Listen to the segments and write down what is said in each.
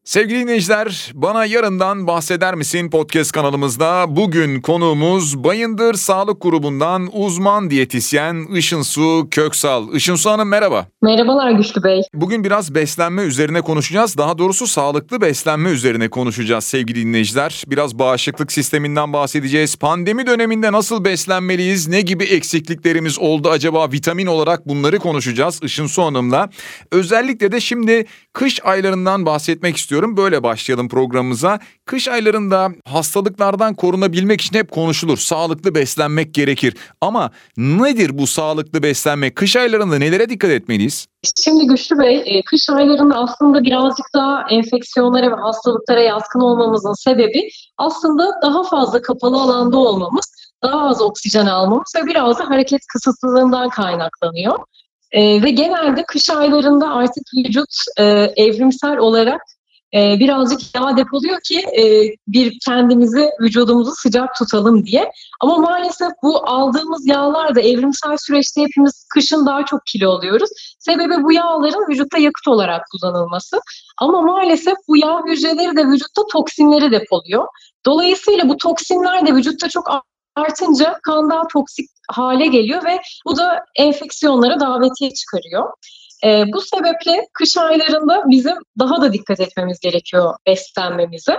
Sevgili dinleyiciler, Bana Yarından Bahseder Misin podcast kanalımızda bugün konuğumuz Bayındır Sağlık Grubu'ndan uzman diyetisyen Işınsu Köksal. Işınsu Hanım merhaba. Merhabalar Güçlü Bey. Bugün biraz beslenme üzerine konuşacağız. Daha doğrusu sağlıklı beslenme üzerine konuşacağız sevgili dinleyiciler. Biraz bağışıklık sisteminden bahsedeceğiz. Pandemi döneminde nasıl beslenmeliyiz? Ne gibi eksikliklerimiz oldu acaba vitamin olarak bunları konuşacağız Işınsu Hanım'la. Özellikle de şimdi kış aylarından bahsetmek istiyorum. Böyle başlayalım programımıza. Kış aylarında hastalıklardan korunabilmek için hep konuşulur. Sağlıklı beslenmek gerekir. Ama nedir bu sağlıklı beslenme? Kış aylarında nelere dikkat etmeliyiz? Şimdi Güçlü Bey, kış aylarında aslında birazcık daha enfeksiyonlara ve hastalıklara yatkın olmamızın sebebi aslında daha fazla kapalı alanda olmamız, daha az oksijen almamız ve biraz da hareket kısıtlılığından kaynaklanıyor. Ve genelde kış aylarında artık vücut evrimsel olarak birazcık yağ depoluyor ki kendimizi, vücudumuzu sıcak tutalım diye. Ama maalesef bu aldığımız yağlar da evrimsel süreçte hepimiz kışın daha çok kilo alıyoruz. Sebebi bu yağların vücutta yakıt olarak kullanılması. Ama maalesef bu yağ hücreleri de vücutta toksinleri depoluyor. Dolayısıyla bu toksinler de vücutta çok artınca kan daha toksik hale geliyor ve bu da enfeksiyonlara davetiye çıkarıyor. Bu sebeple kış aylarında bizim daha da dikkat etmemiz gerekiyor beslenmemize.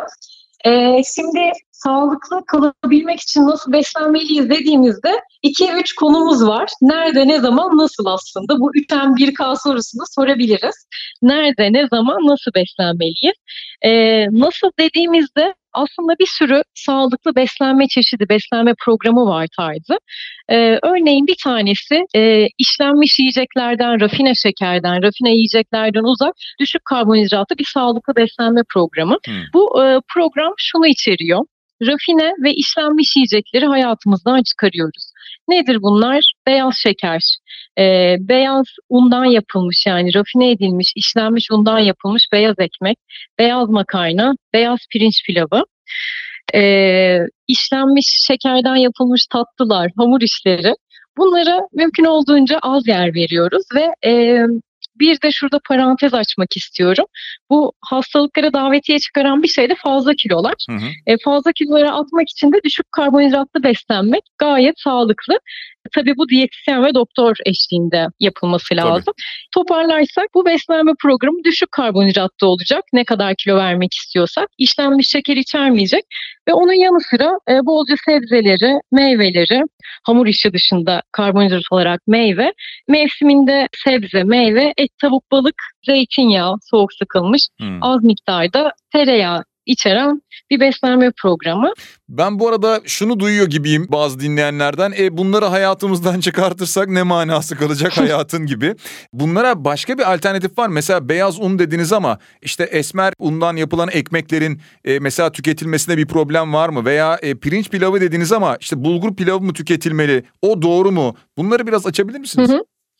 Şimdi sağlıklı kalabilmek için nasıl beslenmeliyiz dediğimizde 2-3 konumuz var. Nerede, ne zaman, nasıl aslında? Bu 3M1K sorusunu sorabiliriz. Nerede, ne zaman, nasıl beslenmeliyiz? Nasıl dediğimizde aslında bir sürü sağlıklı beslenme çeşidi, beslenme programı var tarzı. Örneğin bir tanesi işlenmiş yiyeceklerden, rafine şekerden, rafine yiyeceklerden uzak, düşük karbonhidratlı bir sağlıklı beslenme programı. Bu program şunu içeriyor. Rafine ve işlenmiş yiyecekleri hayatımızdan çıkarıyoruz. Nedir bunlar? Beyaz şeker, beyaz undan yapılmış yani rafine edilmiş, işlenmiş undan yapılmış beyaz ekmek, beyaz makarna, beyaz pirinç pilavı, işlenmiş şekerden yapılmış tatlılar, hamur işleri. Bunlara mümkün olduğunca az yer veriyoruz ve bir de şurada parantez açmak istiyorum. Bu hastalıklara davetiye çıkaran bir şey de fazla kilolar. Fazla kiloları atmak için de düşük karbonhidratlı beslenmek gayet sağlıklı. Tabii bu diyetisyen ve doktor eşliğinde yapılması lazım. Tabii. Toparlarsak bu beslenme programı düşük karbonhidratlı olacak. Ne kadar kilo vermek istiyorsak. İşlenmiş şeker içermeyecek. Ve onun yanı sıra bolca sebzeleri, meyveleri, hamur işi dışında karbonhidrat olarak meyve, mevsiminde sebze, meyve, et, tavuk, balık, zeytinyağı, soğuk sıkılmış, az miktarda tereyağı içeren bir beslenme programı. Ben bu arada şunu duyuyor gibiyim bazı dinleyenlerden. Bunları hayatımızdan çıkartırsak ne manası kalacak hayatın gibi. Bunlara başka bir alternatif var. Mesela beyaz un dediniz ama işte esmer undan yapılan ekmeklerin mesela tüketilmesinde bir problem var mı? Veya pirinç pilavı dediniz ama işte bulgur pilavı mı tüketilmeli? O doğru mu? Bunları biraz açabilir misiniz?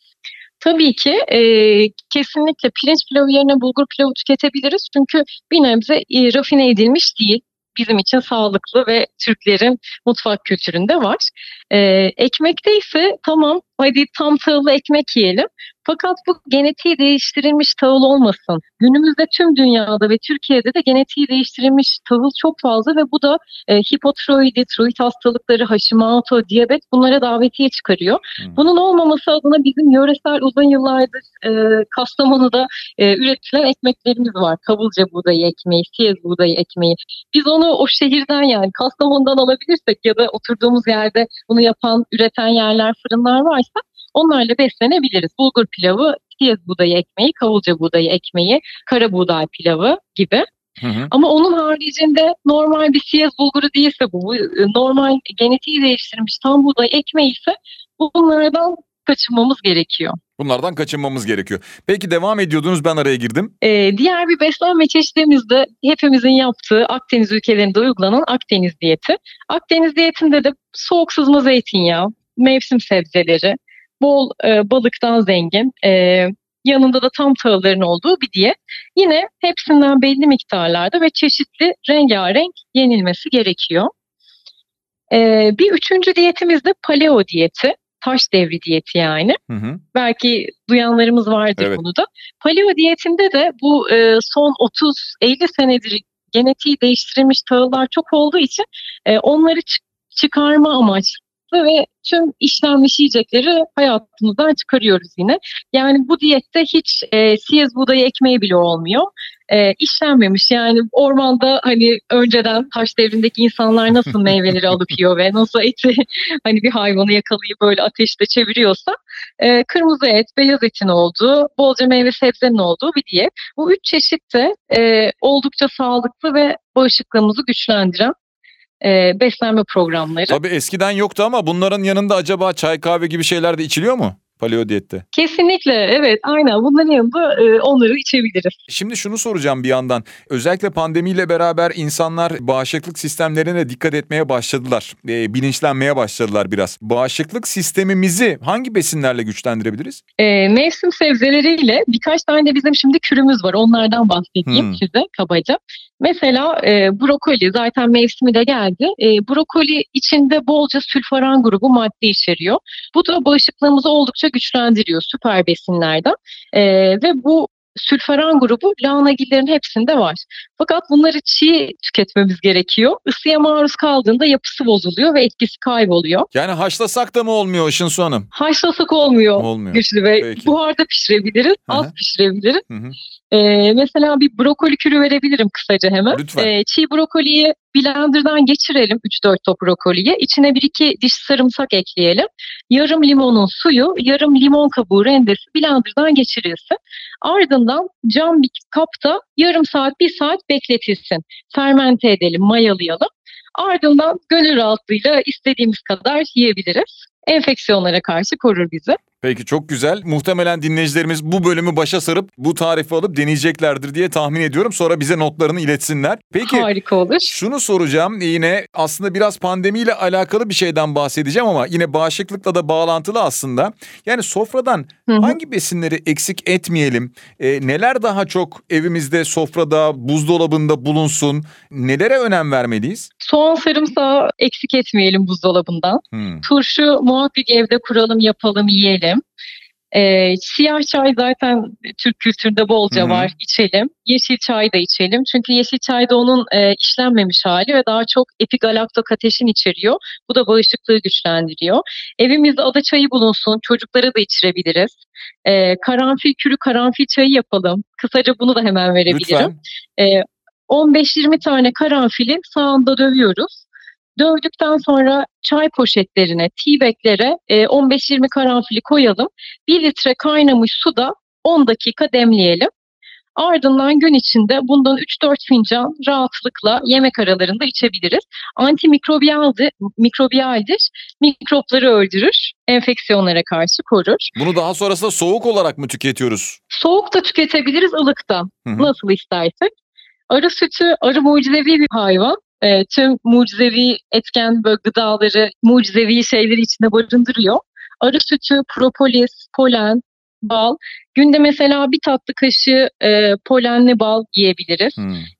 Tabii ki kesinlikle pirinç pilavı yerine bulgur pilavı tüketebiliriz. Çünkü bir nebze rafine edilmiş değil. Bizim için sağlıklı ve Türklerin mutfak kültüründe var. Ekmekte ise tamam hadi tam tahıllı ekmek yiyelim. Fakat bu genetiği değiştirilmiş tahıl olmasın. Günümüzde tüm dünyada ve Türkiye'de de genetiği değiştirilmiş tahıl çok fazla ve bu da hipotiroidi, tiroid hastalıkları, Hashimoto, diyabet bunlara davetiye çıkarıyor. Bunun olmaması adına bizim yöresel uzun yıllardır Kastamonu'da üretilen ekmeklerimiz var. Kavulca buğdayı ekmeği, siyez buğdayı ekmeği. Biz onu o şehirden yani Kastamonu'dan alabilirsek ya da oturduğumuz yerde bunu yapan, üreten yerler, fırınlar varsa onlarla beslenebiliriz. Bulgur pilavı, siyez buğdayı ekmeği, kavulca buğdayı ekmeği, kara buğday pilavı gibi. Ama onun haricinde normal bir siyez bulguru değilse bu normal genetiği değiştirilmiş tam buğday ekmeği ise bunlardan kaçınmamız gerekiyor. Bunlardan kaçınmamız gerekiyor. Peki devam ediyordunuz, ben araya girdim. Diğer bir beslenme çeşidimiz de hepimizin yaptığı Akdeniz ülkelerinde uygulanan Akdeniz diyeti. Akdeniz diyetinde de soğuk sızma zeytinyağı, mevsim sebzeleri, bol balıktan zengin, yanında da tam tahılların olduğu bir diyet. Yine hepsinden belli miktarlarda ve çeşitli rengarenk yenilmesi gerekiyor. Bir üçüncü diyetimiz de paleo diyeti. taş devri diyeti yani. Hı hı. Belki duyanlarımız vardır Evet. bunu da. Paleo diyetinde de bu son 30-50 senedir genetiği değiştirilmiş tahıllar çok olduğu için onları çıkarma amaçlı ve tüm işlenmiş yiyecekleri hayatımızdan çıkarıyoruz yine. Yani bu diyette hiç siyez buğdayı ekmeği bile olmuyor. İşlenmemiş yani ormanda hani önceden taş devrindeki insanlar nasıl meyveleri alıp yiyor ve nasıl eti hani bir hayvanı yakalayıp böyle ateşte çeviriyorsa kırmızı et, beyaz etin olduğu, bolca meyve sebzenin olduğu bir diyet. Bu 3 çeşit de oldukça sağlıklı ve bağışıklığımızı güçlendiren beslenme programları. Tabii eskiden yoktu ama bunların yanında acaba çay kahve gibi şeyler de içiliyor mu paleo diyette? Kesinlikle evet aynen bunların yanında onları içebiliriz. Şimdi şunu soracağım bir yandan. Özellikle pandemiyle beraber insanlar bağışıklık sistemlerine dikkat etmeye başladılar. Bilinçlenmeye başladılar biraz. Bağışıklık sistemimizi hangi besinlerle güçlendirebiliriz? Mevsim sebzeleriyle birkaç tane de bizim şimdi kürümüz var. Onlardan bahsedeyim size kabaca. Mesela brokoli zaten mevsimi de geldi. Brokoli içinde bolca sülforan grubu madde içeriyor. Bu da bağışıklığımızı oldukça güçlendiriyor süper besinlerden. Ve bu sülforan grubu lahanagillerin hepsinde var. Fakat bunları çiğ tüketmemiz gerekiyor. Isıya maruz kaldığında yapısı bozuluyor ve etkisi kayboluyor. Yani haşlasak da mı olmuyor Işınsu Hanım? Haşlasak olmuyor. Olmuyor. Güçlü Bey. Peki. Buharda pişirebiliriz, Hı hı. az pişirebiliriz. Hı hı. Mesela bir brokoli kürü verebilirim kısaca hemen. Lütfen. Çiğ brokoliyi blenderdan geçirelim 3-4 top brokoliyi. İçine 1-2 diş sarımsak ekleyelim. Yarım limonun suyu, yarım limon kabuğu rendesi blenderdan geçirilsin. Ardından cam bir kapta yarım saat, 1 saat bekletilsin. Fermente edelim, mayalayalım. Ardından gönül rahatlığıyla istediğimiz kadar yiyebiliriz. Enfeksiyonlara karşı korur bizi. Peki çok güzel. Muhtemelen dinleyicilerimiz bu bölümü başa sarıp bu tarifi alıp deneyeceklerdir diye tahmin ediyorum. Sonra bize notlarını iletsinler. Peki Harika olur. şunu soracağım. Yine aslında biraz pandemiyle alakalı bir şeyden bahsedeceğim ama yine bağışıklıkla da bağlantılı aslında. Yani sofradan hangi besinleri eksik etmeyelim? Neler daha çok evimizde, sofrada, buzdolabında bulunsun? Nelere önem vermeliyiz? Soğan sarımsağı eksik etmeyelim buzdolabından. Turşu muhakkak evde kuralım, yapalım, yiyelim. Siyah çay zaten Türk kültüründe bolca var, içelim. Yeşil çay da içelim. Çünkü yeşil çay da onun işlenmemiş hali ve daha çok epigalaktokateşin içeriyor. Bu da bağışıklığı güçlendiriyor. Evimizde ada çayı bulunsun, çocuklara da içirebiliriz. Karanfil kürü, karanfil çayı yapalım. Kısaca bunu da hemen verebilirim. Lütfen. 15-20 tane karanfili sağında dövüyoruz. Dövdükten sonra çay poşetlerine, teabag'lere 15-20 karanfili koyalım. 1 litre kaynamış suda 10 dakika demleyelim. Ardından gün içinde bundan 3-4 fincan rahatlıkla yemek aralarında içebiliriz. Antimikrobiyaldir, mikropları öldürür, enfeksiyonlara karşı korur. Bunu daha sonrasında soğuk olarak mı tüketiyoruz? Soğuk da tüketebiliriz, ılık da. Nasıl istersek. Arı sütü, arı mucizevi bir hayvan. Tüm mucizevi etken böyle gıdaları, mucizevi şeyleri içinde barındırıyor. Arı sütü, propolis, polen, bal. Günde mesela 1 tatlı kaşığı polenli bal yiyebiliriz.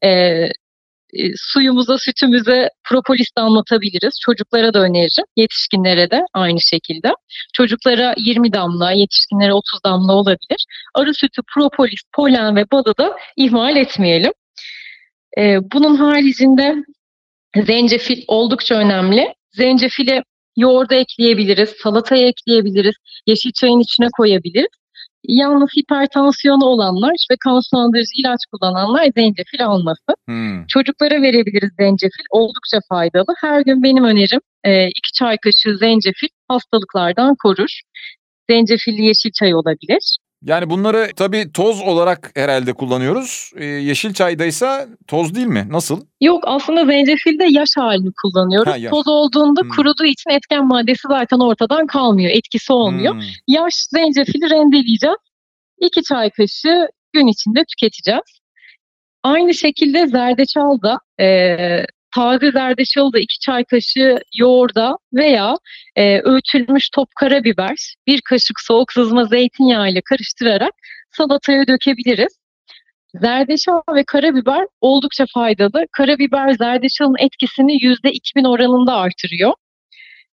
Suyumuza, sütümüze propolis damlatabiliriz. Çocuklara da öneririm. Yetişkinlere de aynı şekilde. Çocuklara 20 damla, yetişkinlere 30 damla olabilir. Arı sütü, propolis, polen ve balı da ihmal etmeyelim. Bunun haricinde zencefil oldukça önemli. Zencefili yoğurda ekleyebiliriz, salataya ekleyebiliriz, yeşil çayın içine koyabiliriz. Yalnız hipertansiyonu olanlar ve kan sulandırıcı ilaç kullananlar zencefil almasın. Çocuklara verebiliriz zencefil, oldukça faydalı. Her gün benim önerim 2 çay kaşığı zencefil hastalıklardan korur. Zencefilli yeşil çay olabilir. Yani bunları tabii toz olarak herhalde kullanıyoruz. Yeşil çaydaysa toz değil mi? Nasıl? Yok aslında zencefilde yaş halini kullanıyoruz. Toz olduğunda kuruduğu için etken maddesi zaten ortadan kalmıyor. Etkisi olmuyor. Yaş zencefili rendeleyeceğiz. 2 çay kaşığı gün içinde tüketeceğiz. Aynı şekilde zerdeçal da taze zerdeçalı da 2 çay kaşığı yoğurda veya öğütülmüş top karabiber, 1 kaşık soğuk sızma zeytinyağı ile karıştırarak salataya dökebiliriz. Zerdeçal ve karabiber oldukça faydalı. Karabiber zerdeçalın etkisini %2000 oranında artırıyor.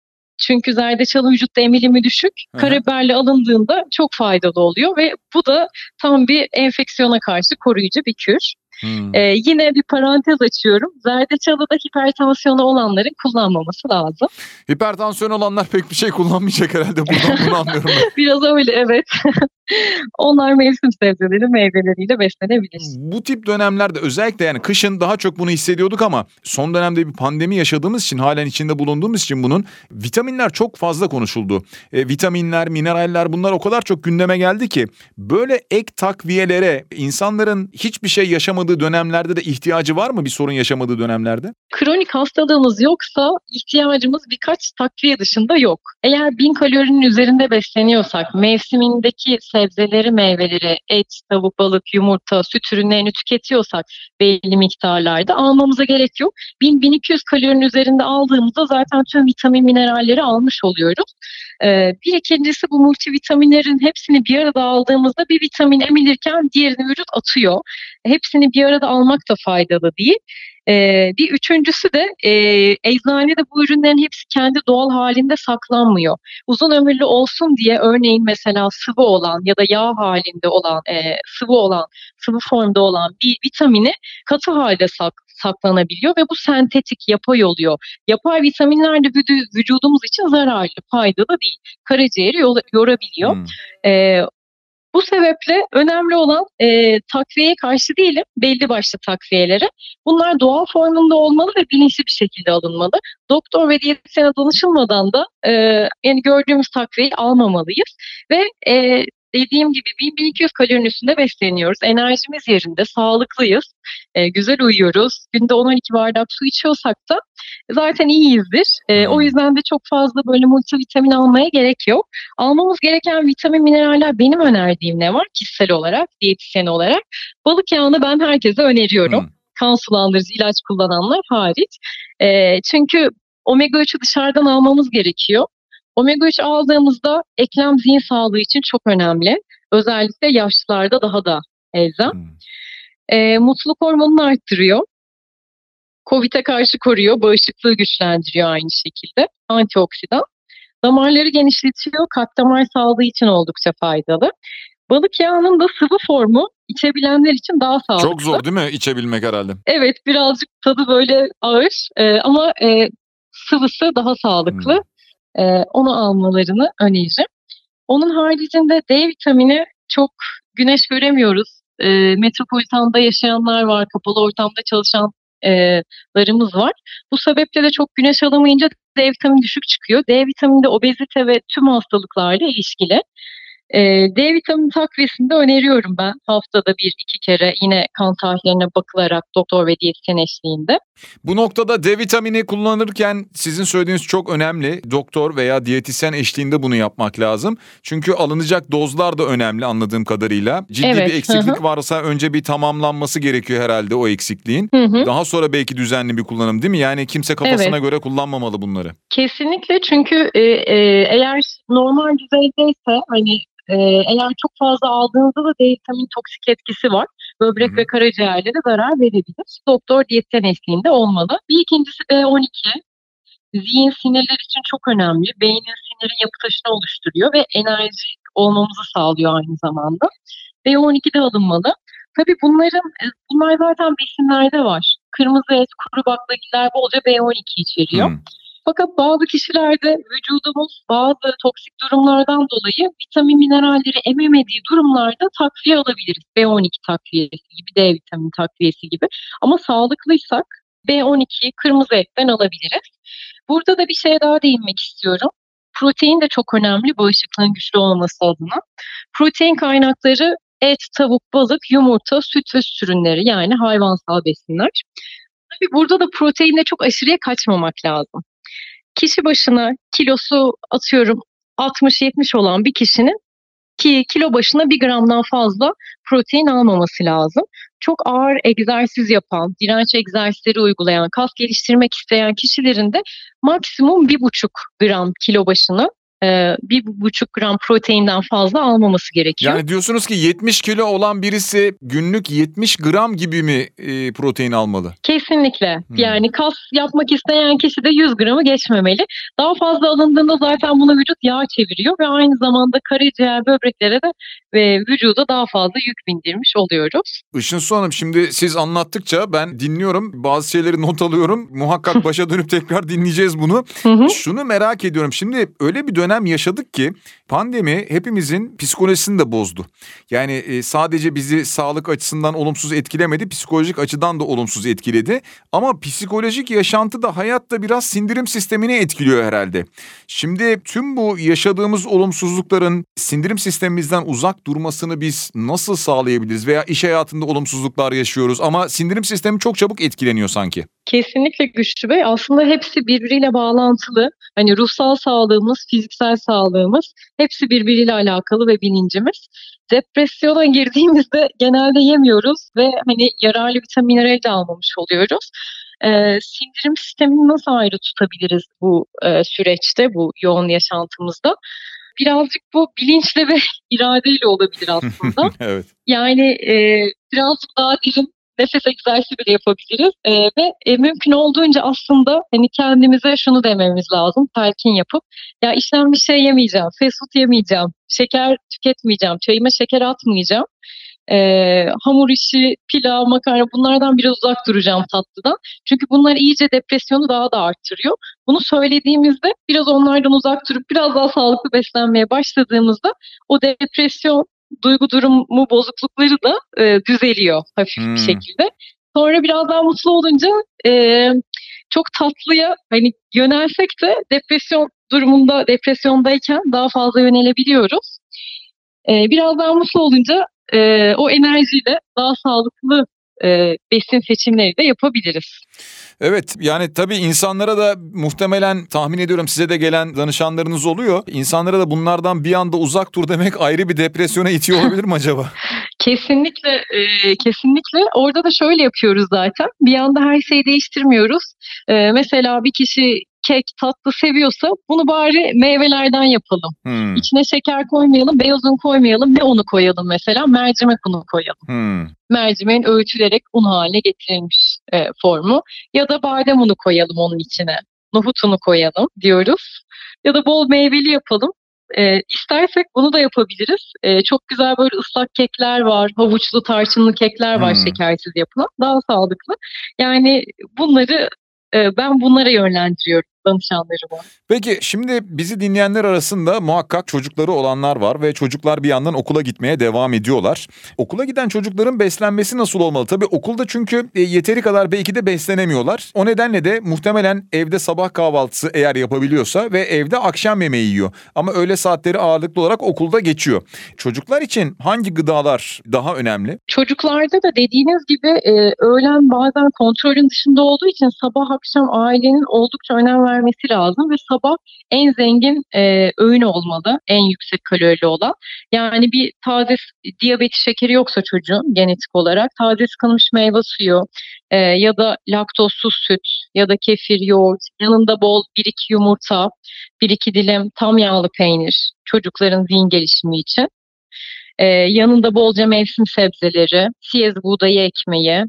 Çünkü zerdeçalın vücutta emilimi düşük. Hı hı. Karabiberle alındığında çok faydalı oluyor ve bu da tam bir enfeksiyona karşı koruyucu bir kür. Yine bir parantez açıyorum. Zerdeçalı da hipertansiyonu olanların kullanmaması lazım. Hipertansiyon olanlar pek bir şey kullanmayacak herhalde. Buradan bunu anlıyorum ben. Biraz öyle, evet. Onlar mevsim sebzeleri, meyveleriyle beslenebilir. Bu tip dönemlerde özellikle yani kışın daha çok bunu hissediyorduk ama son dönemde bir pandemi yaşadığımız için, halen içinde bulunduğumuz için bunun vitaminler çok fazla konuşuldu. Vitaminler, mineraller, bunlar o kadar çok gündeme geldi ki böyle ek takviyelere insanların hiçbir şey yaşamadığı dönemlerde de ihtiyacı var mı, bir sorun yaşamadığı dönemlerde? Kronik hastalığımız yoksa ihtiyacımız birkaç takviye dışında yok. Eğer 1000 kalorinin üzerinde besleniyorsak, mevsimindeki sebzeleri, meyveleri, et, tavuk, balık, yumurta, süt ürünlerini tüketiyorsak belli miktarlarda almamıza gerek yok. 1000-1200 kalorinin üzerinde aldığımızda zaten tüm vitamin, mineralleri almış oluyoruz. Bir ikincisi, bu multivitaminlerin hepsini bir arada aldığımızda bir vitamin emilirken diğerini vücut atıyor. Hepsini bir arada almak da faydalı değil. Bir üçüncüsü de eczanede bu ürünlerin hepsi kendi doğal halinde saklanmıyor. Uzun ömürlü olsun diye örneğin mesela sıvı olan ya da yağ halinde olan, sıvı formda olan bir vitamini katı halde saklanabiliyor ve bu sentetik, yapay oluyor. Yapay vitaminler de vücudumuz için zararlı, faydalı değil. Karaciğeri yorabiliyor. Bu sebeple önemli olan takviyeye karşı değilim, belli başlı takviyelere. Bunlar doğal formunda olmalı ve bilinçli bir şekilde alınmalı. Doktor ve diyetisyene danışılmadan da yani gördüğümüz takviyeyi almamalıyız. Ve dediğim gibi 1000-1200 kalorinin üstünde besleniyoruz. Enerjimiz yerinde, sağlıklıyız, güzel uyuyoruz. Günde 10-12 bardak su içiyorsak da zaten iyiyizdir. O yüzden de çok fazla böyle multivitamin almaya gerek yok. Almamız gereken vitamin, mineraller, benim önerdiğim ne var kişisel olarak, diyetisyen olarak? Balık yağını ben herkese öneriyorum. Kan sulandırıcı ilaç kullananlar hariç. Çünkü omega 3'ü dışarıdan almamız gerekiyor. Omega 3 aldığımızda eklem zihin sağlığı için çok önemli. Özellikle yaşlılarda daha da elzem. Mutluluk hormonunu arttırıyor. Covid'e karşı koruyor, bağışıklığı güçlendiriyor aynı şekilde. Antioksidan. Damarları genişletiyor, kalp damar sağlığı için oldukça faydalı. Balık yağının da sıvı formu içebilenler için daha sağlıklı. Çok zor değil mi içebilmek herhalde? Evet, birazcık tadı böyle ağır ama sıvısı daha sağlıklı. Onu almalarını öneririm. Onun haricinde D vitamini, çok güneş göremiyoruz. Metropolitanda yaşayanlar var, kapalı ortamda çalışanlarımız var. Bu sebeple de çok güneş alamayınca D vitamini düşük çıkıyor. D vitamini de obezite ve tüm hastalıklarla ilişkili. D vitamini takviyesini de öneriyorum ben. Haftada 1-2 kere yine kan tahlillerine bakılarak doktor ve diyetisyen eşliğinde. Bu noktada D vitamini kullanırken sizin söylediğiniz çok önemli. Doktor veya diyetisyen eşliğinde bunu yapmak lazım. Çünkü alınacak dozlar da önemli anladığım kadarıyla. Ciddi bir eksiklik varsa önce bir tamamlanması gerekiyor herhalde o eksikliğin. Daha sonra belki düzenli bir kullanım, değil mi? Yani kimse kafasına göre kullanmamalı bunları. Kesinlikle, çünkü eğer normal düzeydeyse, hani eğer çok fazla aldığınızda da D vitamini toksik etkisi var. Böbrek ve karaciğerlere zarar verebilir. Doktor diyetisyen eşliğinde olmalı. Bir ikincisi B12. Zihin, sinirler için çok önemli. Beynin, sinirin yapı taşını oluşturuyor ve enerji olmamızı sağlıyor aynı zamanda. B12 de alınmalı. Tabii bunlar zaten besinlerde var. Kırmızı et, kuru baklagiller bolca B12 içeriyor. Fakat bazı kişilerde vücudumuz bazı toksik durumlardan dolayı vitamin, mineralleri ememediği durumlarda takviye alabiliriz. B12 takviyesi gibi, D vitamini takviyesi gibi. Ama sağlıklıysak B12'yi kırmızı etten alabiliriz. Burada da bir şeye daha değinmek istiyorum. Protein de çok önemli bağışıklığın güçlü olması adına. Protein kaynakları et, tavuk, balık, yumurta, süt ve süt ürünleri, yani hayvansal besinler. Tabii burada da proteinde çok aşırıya kaçmamak lazım. Kişi başına kilosu atıyorum 60-70 olan bir kişinin kilo başına 1 gramdan fazla protein almaması lazım. Çok ağır egzersiz yapan, direnç egzersizleri uygulayan, kas geliştirmek isteyen kişilerin de maksimum 1,5 gram kilo başına 1,5 gram proteinden fazla almaması gerekiyor. Yani diyorsunuz ki 70 kilo olan birisi günlük 70 gram gibi mi protein almalı? Kesinlikle. Yani kas yapmak isteyen kişi de 100 gramı geçmemeli. Daha fazla alındığında zaten bunu vücut yağ çeviriyor ve aynı zamanda karaciğer, böbreklere de ve vücuda daha fazla yük bindirmiş oluyoruz. Işınsu Hanım, şimdi siz anlattıkça ben dinliyorum, bazı şeyleri not alıyorum. Muhakkak başa dönüp tekrar dinleyeceğiz bunu. Şunu merak ediyorum, şimdi öyle bir dönem yaşadık ki pandemi hepimizin psikolojisini de bozdu. Yani sadece bizi sağlık açısından olumsuz etkilemedi, psikolojik açıdan da olumsuz etkiledi. Ama psikolojik yaşantı da hayatta biraz sindirim sistemini etkiliyor herhalde. Şimdi tüm bu yaşadığımız olumsuzlukların sindirim sistemimizden uzak durmasını biz nasıl sağlayabiliriz? Veya iş hayatında olumsuzluklar yaşıyoruz ama sindirim sistemi çok çabuk etkileniyor sanki. Kesinlikle Güçlü Bey. Aslında hepsi birbiriyle bağlantılı. Hani ruhsal sağlığımız, fiziksel sağlığımız hepsi birbiriyle alakalı ve bilincimiz. Depresyona girdiğimizde genelde yemiyoruz ve hani yararlı vitaminleri de almamış oluyoruz. Sindirim sistemini nasıl ayrı tutabiliriz bu süreçte, bu yoğun yaşantımızda? Birazcık bu bilinçle ve iradeyle olabilir aslında. Evet. Yani birazcık daha derin nefes egzersizi bile yapabiliriz. Ve mümkün olduğunca aslında hani kendimize şunu dememiz lazım. Telkin yapıp ya işlenmiş şey yemeyeceğim, fast food yemeyeceğim, şeker tüketmeyeceğim, çayıma şeker atmayacağım. Hamur işi, pilav, makarna bunlardan biraz uzak duracağım tatlıdan. Çünkü bunlar iyice depresyonu daha da arttırıyor. Bunu söylediğimizde biraz onlardan uzak durup biraz daha sağlıklı beslenmeye başladığımızda o depresyon, duygu durumu bozuklukları da düzeliyor hafif bir şekilde. Sonra biraz daha mutlu olunca çok tatlıya hani yönelsek de depresyon durumunda, depresyondayken daha fazla yönelebiliyoruz. Biraz daha mutlu olunca o enerjiyle daha sağlıklı besin seçimleri de yapabiliriz. Evet, yani tabii insanlara da muhtemelen tahmin ediyorum size de gelen danışanlarınız oluyor. İnsanlara da bunlardan bir anda uzak dur demek ayrı bir depresyona itiyor olabilir mi acaba? Kesinlikle, kesinlikle. Orada da şöyle yapıyoruz zaten. Bir anda her şeyi değiştirmiyoruz. Mesela bir kişi kek, tatlı seviyorsa bunu bari meyvelerden yapalım. İçine şeker koymayalım, beyaz un koymayalım. Ne unu koyalım mesela? Mercimek unu koyalım. Mercimeğin öğütülerek un haline getirilmiş formu. Ya da badem unu koyalım onun içine. Nohut unu koyalım diyoruz. Ya da bol meyveli yapalım. İstersek bunu da yapabiliriz. Çok güzel böyle ıslak kekler var, havuçlu tarçınlı kekler var şekersiz yapılan. Daha sağlıklı. Yani bunları ben bunlara yönlendiriyorum danışanlarımı. Peki şimdi bizi dinleyenler arasında muhakkak çocukları olanlar var ve çocuklar bir yandan okula gitmeye devam ediyorlar. Okula giden çocukların beslenmesi nasıl olmalı? Tabii okulda çünkü yeteri kadar belki de beslenemiyorlar. O nedenle de muhtemelen evde sabah kahvaltısı eğer yapabiliyorsa ve evde akşam yemeği yiyor. Ama öğle saatleri ağırlıklı olarak okulda geçiyor. Çocuklar için hangi gıdalar daha önemli? Çocuklarda da dediğiniz gibi öğlen bazen kontrolün dışında olduğu için sabah akşam ailenin oldukça önem vermesi lazım ve sabah en zengin öğün olmalı, en yüksek kalorili olan. Yani bir taze diyabeti şekeri yoksa çocuğun genetik olarak taze sıkılmış meyve suyu ya da laktozsuz süt ya da kefir, yoğurt, yanında bol 1-2 yumurta, 1-2 dilim tam yağlı peynir çocukların zihin gelişimi için. Yanında bolca mevsim sebzeleri, siyez buğdayı ekmeği,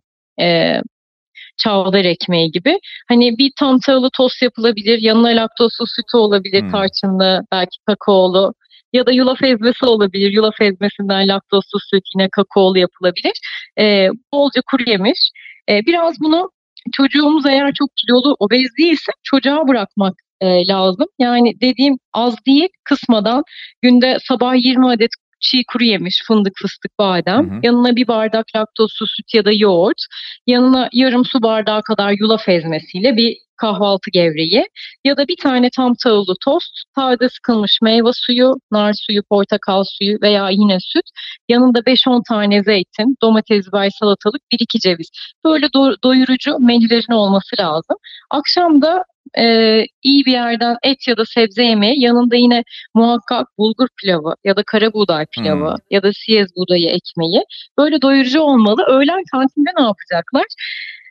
çavdar ekmeği gibi. Hani bir tam tahıllı tost yapılabilir. Yanına laktozsuz sütü olabilir, tarçınlı, belki kakaolu. Ya da yulaf ezmesi olabilir. Yulaf ezmesinden laktozsuz süt yine kakaolu yapılabilir. Bolca kuru yemiş. Biraz bunu çocuğumuz eğer çok kilolu, obez değilse çocuğa bırakmak lazım. Yani dediğim az değil, kısmadan günde sabah 20 adet çiğ kuru yemiş, fındık, fıstık, badem. Yanına bir bardak laktozsuz süt ya da yoğurt. Yanına yarım su bardağı kadar yulaf ezmesiyle bir kahvaltı gevreği. Ya da bir tane tam tahıllı tost, taze sıkılmış meyve suyu, nar suyu, portakal suyu veya yine süt. Yanında 5-10 tane zeytin, domates, biber, salatalık, 1-2 ceviz. Böyle doyurucu menülerin olması lazım. Akşam da iyi bir yerden et ya da sebze yemeği, yanında yine muhakkak bulgur pilavı ya da kara buğday pilavı ya da siyez buğdayı ekmeği. Böyle doyurucu olmalı. Öğlen kantinde ne yapacaklar?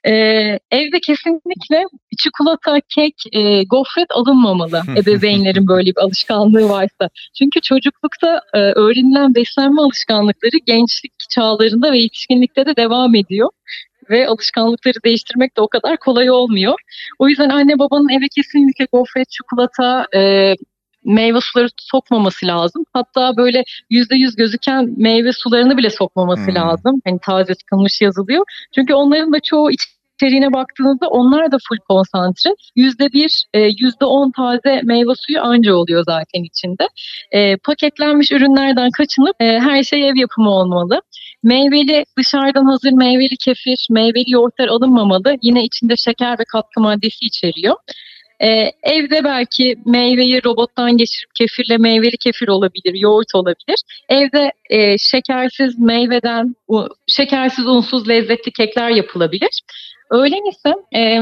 Evde kesinlikle çikolata, kek, gofret alınmamalı ebeveynlerin böyle bir alışkanlığı varsa. Çünkü çocuklukta öğrenilen beslenme alışkanlıkları gençlik çağlarında ve yetişkinlikte de devam ediyor. Ve alışkanlıkları değiştirmek de o kadar kolay olmuyor. O yüzden anne babanın eve kesinlikle gofret, çikolata, meyve suları sokmaması lazım. Hatta böyle %100 gözüken meyve sularını bile sokmaması lazım. Hani taze sıkılmış yazılıyor. Çünkü onların da çoğu içeriğine baktığınızda onlar da full konsantre. %1, %10 taze meyve suyu anca oluyor zaten içinde. Paketlenmiş ürünlerden kaçınıp her şey ev yapımı olmalı. Meyveli, dışarıdan hazır meyveli kefir, meyveli yoğurtlar alınmamalı. Yine içinde şeker ve katkı maddesi içeriyor. Evde belki meyveyi robottan geçirip kefirle meyveli kefir olabilir, yoğurt olabilir. Evde şekersiz meyveden, şekersiz unsuz lezzetli kekler yapılabilir. Öğlen ise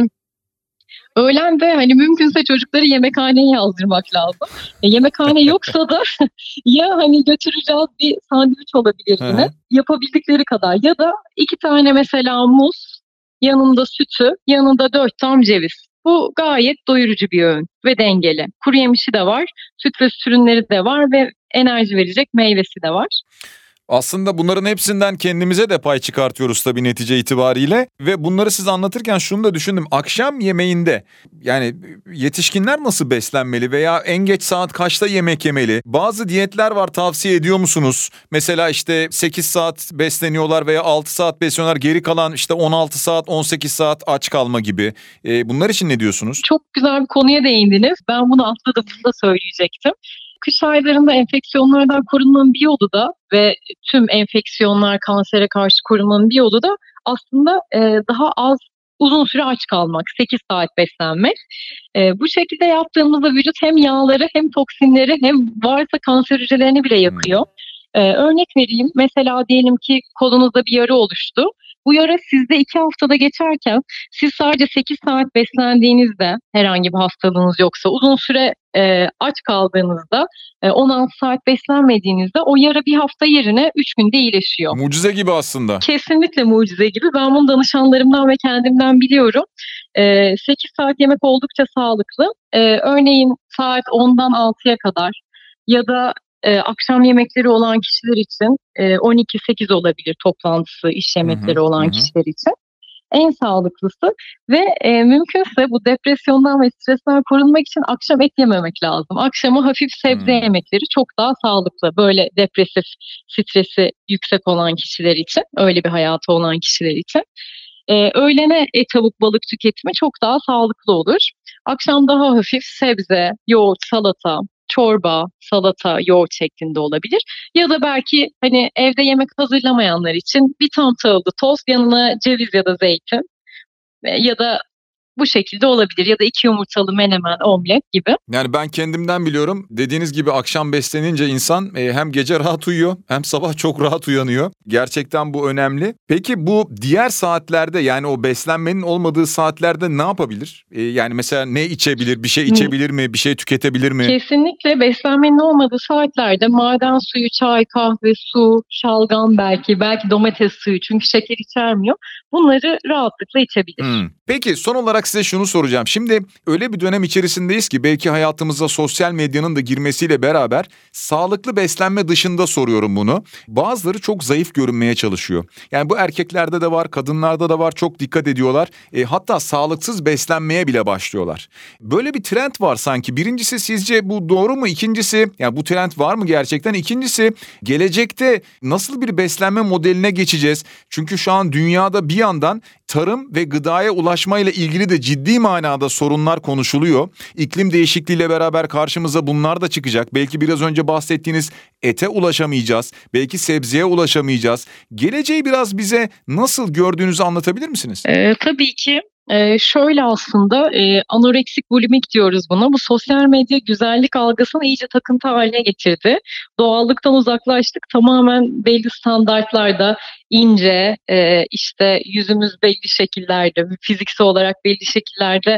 öğlen de hani mümkünse çocukları yemekhaneye yazdırmak lazım. Yemekhane yoksa da ya hani götüreceğiz bir sandviç olabilir yine. Yapabildikleri kadar ya da 2 tane mesela muz, yanında sütü, yanında 4 tam ceviz. Bu gayet doyurucu bir öğün ve dengeli. Kuru yemişi de var, süt ve süt ürünleri de var ve enerji verecek meyvesi de var. Aslında bunların hepsinden kendimize de pay çıkartıyoruz tabii netice itibariyle ve bunları size anlatırken şunu da düşündüm. Akşam yemeğinde yani yetişkinler nasıl beslenmeli veya en geç saat kaçta yemek yemeli? Bazı diyetler var, tavsiye ediyor musunuz? Mesela işte 8 saat besleniyorlar veya 6 saat besleniyorlar, geri kalan işte 16 saat 18 saat aç kalma gibi. Bunlar için ne diyorsunuz? Çok güzel bir konuya değindiniz. Ben bunu atladım, bunu da söyleyecektim. Kış aylarında enfeksiyonlardan korunmanın bir yolu da ve tüm enfeksiyonlar, kansere karşı korunmanın bir yolu da aslında daha az uzun süre aç kalmak, 8 saat beslenmek. Bu şekilde yaptığımızda vücut hem yağları hem toksinleri hem varsa kanser hücrelerini bile yakıyor. Örnek vereyim. Mesela diyelim ki kolunuzda bir yara oluştu. Bu yara sizde 2 haftada geçerken siz sadece 8 saat beslendiğinizde herhangi bir hastalığınız yoksa uzun süre aç kaldığınızda 16 saat beslenmediğinizde o yara bir hafta yerine 3 günde iyileşiyor. Mucize gibi aslında. Kesinlikle mucize gibi. Ben bunu danışanlarımdan ve kendimden biliyorum. 8 saat yemek oldukça sağlıklı. Örneğin saat 10'dan 6'ya kadar ya da akşam yemekleri olan kişiler için 12-8 olabilir toplantısı, iş yemekleri olan kişiler için. En sağlıklısı ve mümkünse bu depresyondan ve stresten korunmak için akşam et yememek lazım. Akşama hafif sebze yemekleri çok daha sağlıklı. Böyle depresif, stresi yüksek olan kişiler için, öyle bir hayatı olan kişiler için. Öğlene tavuk, balık tüketimi çok daha sağlıklı olur. Akşam daha hafif sebze, yoğurt, salata, çorba, salata, yoğurt şeklinde olabilir. Ya da belki hani evde yemek hazırlamayanlar için bir tam tahıllı tost, yanına ceviz ya da zeytin ya da bu şekilde olabilir. Ya da 2 yumurtalı menemen, omlet gibi. Yani ben kendimden biliyorum. Dediğiniz gibi akşam beslenince insan hem gece rahat uyuyor hem sabah çok rahat uyanıyor. Gerçekten bu önemli. Peki bu diğer saatlerde yani o beslenmenin olmadığı saatlerde ne yapabilir? Yani mesela ne içebilir? Bir şey içebilir mi? Bir şey tüketebilir mi? Kesinlikle beslenmenin olmadığı saatlerde maden suyu, çay, kahve, su, şalgam belki domates suyu çünkü şeker içermiyor. Bunları rahatlıkla içebilir. Peki son olarak size şunu soracağım. Şimdi öyle bir dönem içerisindeyiz ki belki hayatımıza sosyal medyanın da girmesiyle beraber sağlıklı beslenme dışında soruyorum bunu. Bazıları çok zayıf görünmeye çalışıyor. Yani bu erkeklerde de var, kadınlarda da var, çok dikkat ediyorlar. Hatta sağlıksız beslenmeye bile başlıyorlar. Böyle bir trend var sanki. Birincisi sizce bu doğru mu? İkincisi yani bu trend var mı gerçekten? İkincisi gelecekte nasıl bir beslenme modeline geçeceğiz? Çünkü şu an dünyada bir yandan tarım ve gıdaya ulaşmayla ilgili de ciddi manada sorunlar konuşuluyor. İklim değişikliğiyle beraber karşımıza bunlar da çıkacak. Belki biraz önce bahsettiğiniz ete ulaşamayacağız. Belki sebzeye ulaşamayacağız. Geleceği biraz bize nasıl gördüğünüzü anlatabilir misiniz? Tabii ki. Şöyle aslında anoreksik bulimik diyoruz buna. Bu sosyal medya güzellik algısını iyice takıntı haline getirdi. Doğallıktan uzaklaştık. Tamamen belli standartlarda ince, işte yüzümüz belli şekillerde, fiziksel olarak belli şekillerde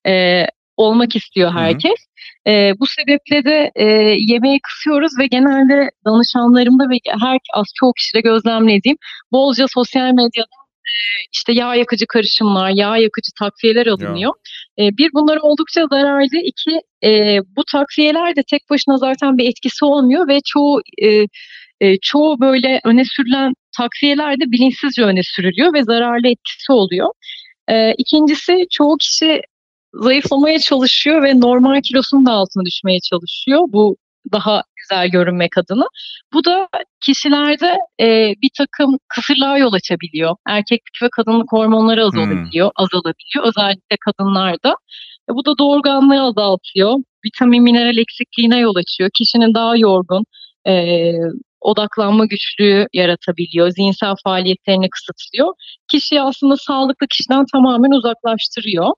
olmak istiyor herkes. Bu sebeple de yemeği kısıyoruz ve genelde danışanlarımda ve çok kişide gözlemlediğim bolca sosyal medyada işte yağ yakıcı karışımlar, yağ yakıcı takviyeler Ya. alınıyor. Bir, bunlar oldukça zararlı. İki, bu takviyeler de tek başına zaten bir etkisi olmuyor ve çoğu böyle öne sürülen takviyeler de bilinçsizce öne sürülüyor ve zararlı etkisi oluyor. İkincisi, çoğu kişi zayıflamaya çalışıyor ve normal kilosunun da altına düşmeye çalışıyor. Bu daha güzel görünmek adına. Bu da kişilerde bir takım kısırlığa yol açabiliyor. Erkeklik ve kadınlık hormonları azalabiliyor. Özellikle kadınlarda. Bu da doğurganlığı azaltıyor. Vitamin, mineral eksikliğine yol açıyor. Kişinin daha yorgun, e, odaklanma güçlüğü yaratabiliyor. Zihinsel faaliyetlerini kısıtlıyor. Kişiyi aslında sağlıklı kişiden tamamen uzaklaştırıyor.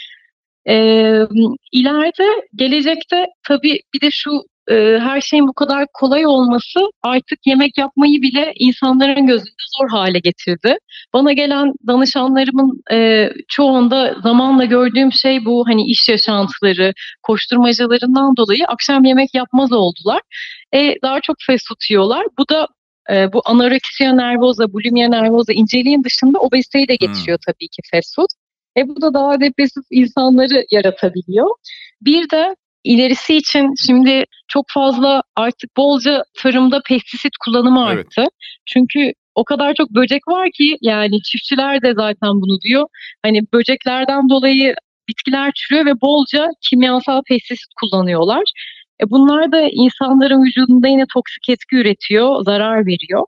İleride, gelecekte tabii bir de şu her şeyin bu kadar kolay olması artık yemek yapmayı bile insanların gözünde zor hale getirdi. Bana gelen danışanlarımın çoğunda zamanla gördüğüm şey bu, hani iş yaşantıları, koşturmacalarından dolayı akşam yemek yapmaz oldular. Daha çok fast food yiyorlar. Bu da bu anoreksiya nervoza, bulimia nervoza inceliğin dışında obeziteyi de getiriyor tabii ki fast food. Bu da daha depresif insanları yaratabiliyor. Bir de ilerisi için şimdi çok fazla artık bolca tarımda pestisit kullanımı Evet. arttı. Çünkü o kadar çok böcek var ki, yani çiftçiler de zaten bunu diyor. Hani böceklerden dolayı bitkiler çürüyor ve bolca kimyasal pestisit kullanıyorlar. Bunlar da insanların vücudunda yine toksik etki üretiyor, zarar veriyor.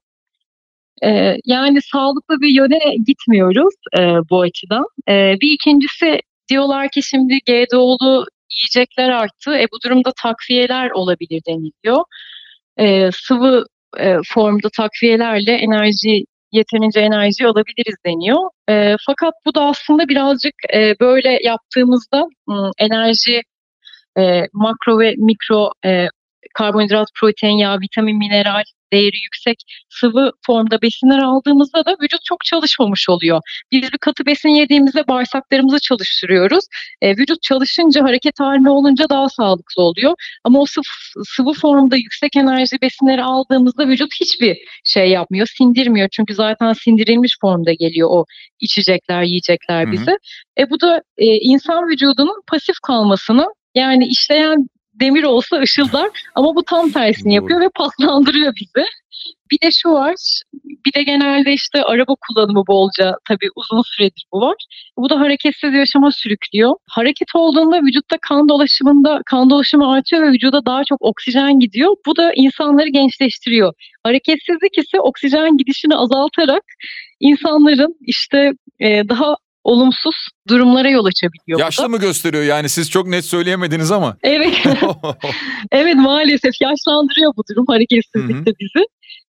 Yani sağlıklı bir yöne gitmiyoruz bu açıdan. Bir ikincisi, diyorlar ki şimdi GDO'lu yiyecekler arttı. Bu durumda takviyeler olabilir deniliyor. Sıvı formda takviyelerle yeterince enerji alabiliriz deniyor. Fakat bu da aslında birazcık böyle yaptığımızda enerji, makro ve mikro karbonhidrat, protein, yağ, vitamin, mineral değeri yüksek sıvı formda besinler aldığımızda da vücut çok çalışmamış oluyor. Biz bir katı besin yediğimizde bağırsaklarımızı çalıştırıyoruz. Vücut çalışınca, hareket halinde olunca daha sağlıklı oluyor. Ama o sıvı formda yüksek enerji besinleri aldığımızda vücut hiçbir şey yapmıyor, sindirmiyor. Çünkü zaten sindirilmiş formda geliyor o içecekler, yiyecekler Hı hı. bize. Bu da insan vücudunun pasif kalmasını, yani işleyen demir olsa ışıldar, ama bu tam tersini Doğru. yapıyor ve paslandırıyor bizi. Bir de şu var, bir de genelde işte araba kullanımı bolca, tabii uzun süredir bu var. Bu da hareketsiz yaşama sürüklüyor. Hareket olduğunda vücutta kan dolaşımı artıyor ve vücuda daha çok oksijen gidiyor. Bu da insanları gençleştiriyor. Hareketsizlik ise oksijen gidişini azaltarak insanların işte daha olumsuz durumlara yol açabiliyor bu da. Yaşlı mı gösteriyor yani? Siz çok net söyleyemediniz ama. Evet. Evet, maalesef yaşlandırıyor bu durum, Hı hı. hareketsizlikte bizi.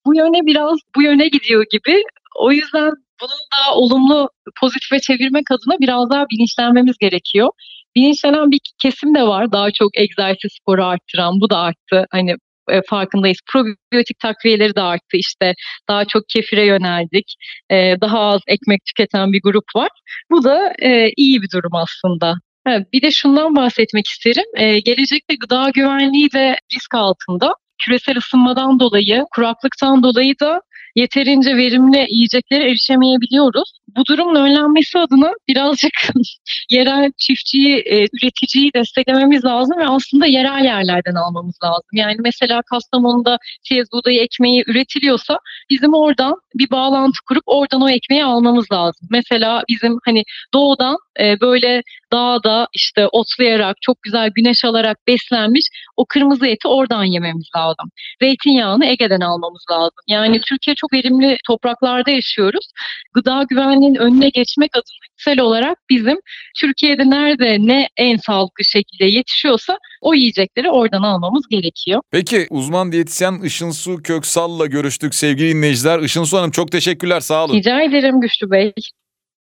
Bu yöne gidiyor gibi. O yüzden bunun daha olumlu, pozitife çevirmek adına biraz daha bilinçlenmemiz gerekiyor. Bilinçlenen bir kesim de var, daha çok egzersiz, sporu arttıran. Bu da arttı. Hani farkındayız. Probiyotik takviyeleri de arttı işte. Daha çok kefire yöneldik. Daha az ekmek tüketen bir grup var. Bu da iyi bir durum aslında. Bir de şundan bahsetmek isterim. Gelecekte gıda güvenliği de risk altında. Küresel ısınmadan dolayı, kuraklıktan dolayı da yeterince verimli yiyeceklere erişemeyebiliyoruz. Bu durumun önlenmesi adına birazcık yerel çiftçiyi, üreticiyi desteklememiz lazım ve aslında yerel yerlerden almamız lazım. Yani mesela Kastamonu'da çerez buğdayı ekmeği üretiliyorsa bizim oradan bir bağlantı kurup oradan o ekmeği almamız lazım. Mesela bizim hani doğudan böyle dağda işte otlayarak, çok güzel güneş alarak beslenmiş o kırmızı eti oradan yememiz lazım. Zeytinyağını Ege'den almamız lazım. Yani Türkiye çok verimli topraklarda yaşıyoruz. Gıda güvenliğinin önüne geçmek adına kişisel olarak bizim Türkiye'de nerede ne en sağlıklı şekilde yetişiyorsa o yiyecekleri oradan almamız gerekiyor. Peki uzman diyetisyen Işınsu Köksal'la görüştük sevgili dinleyiciler. Işınsu Hanım çok teşekkürler, sağ olun. Rica ederim Güçlü Bey.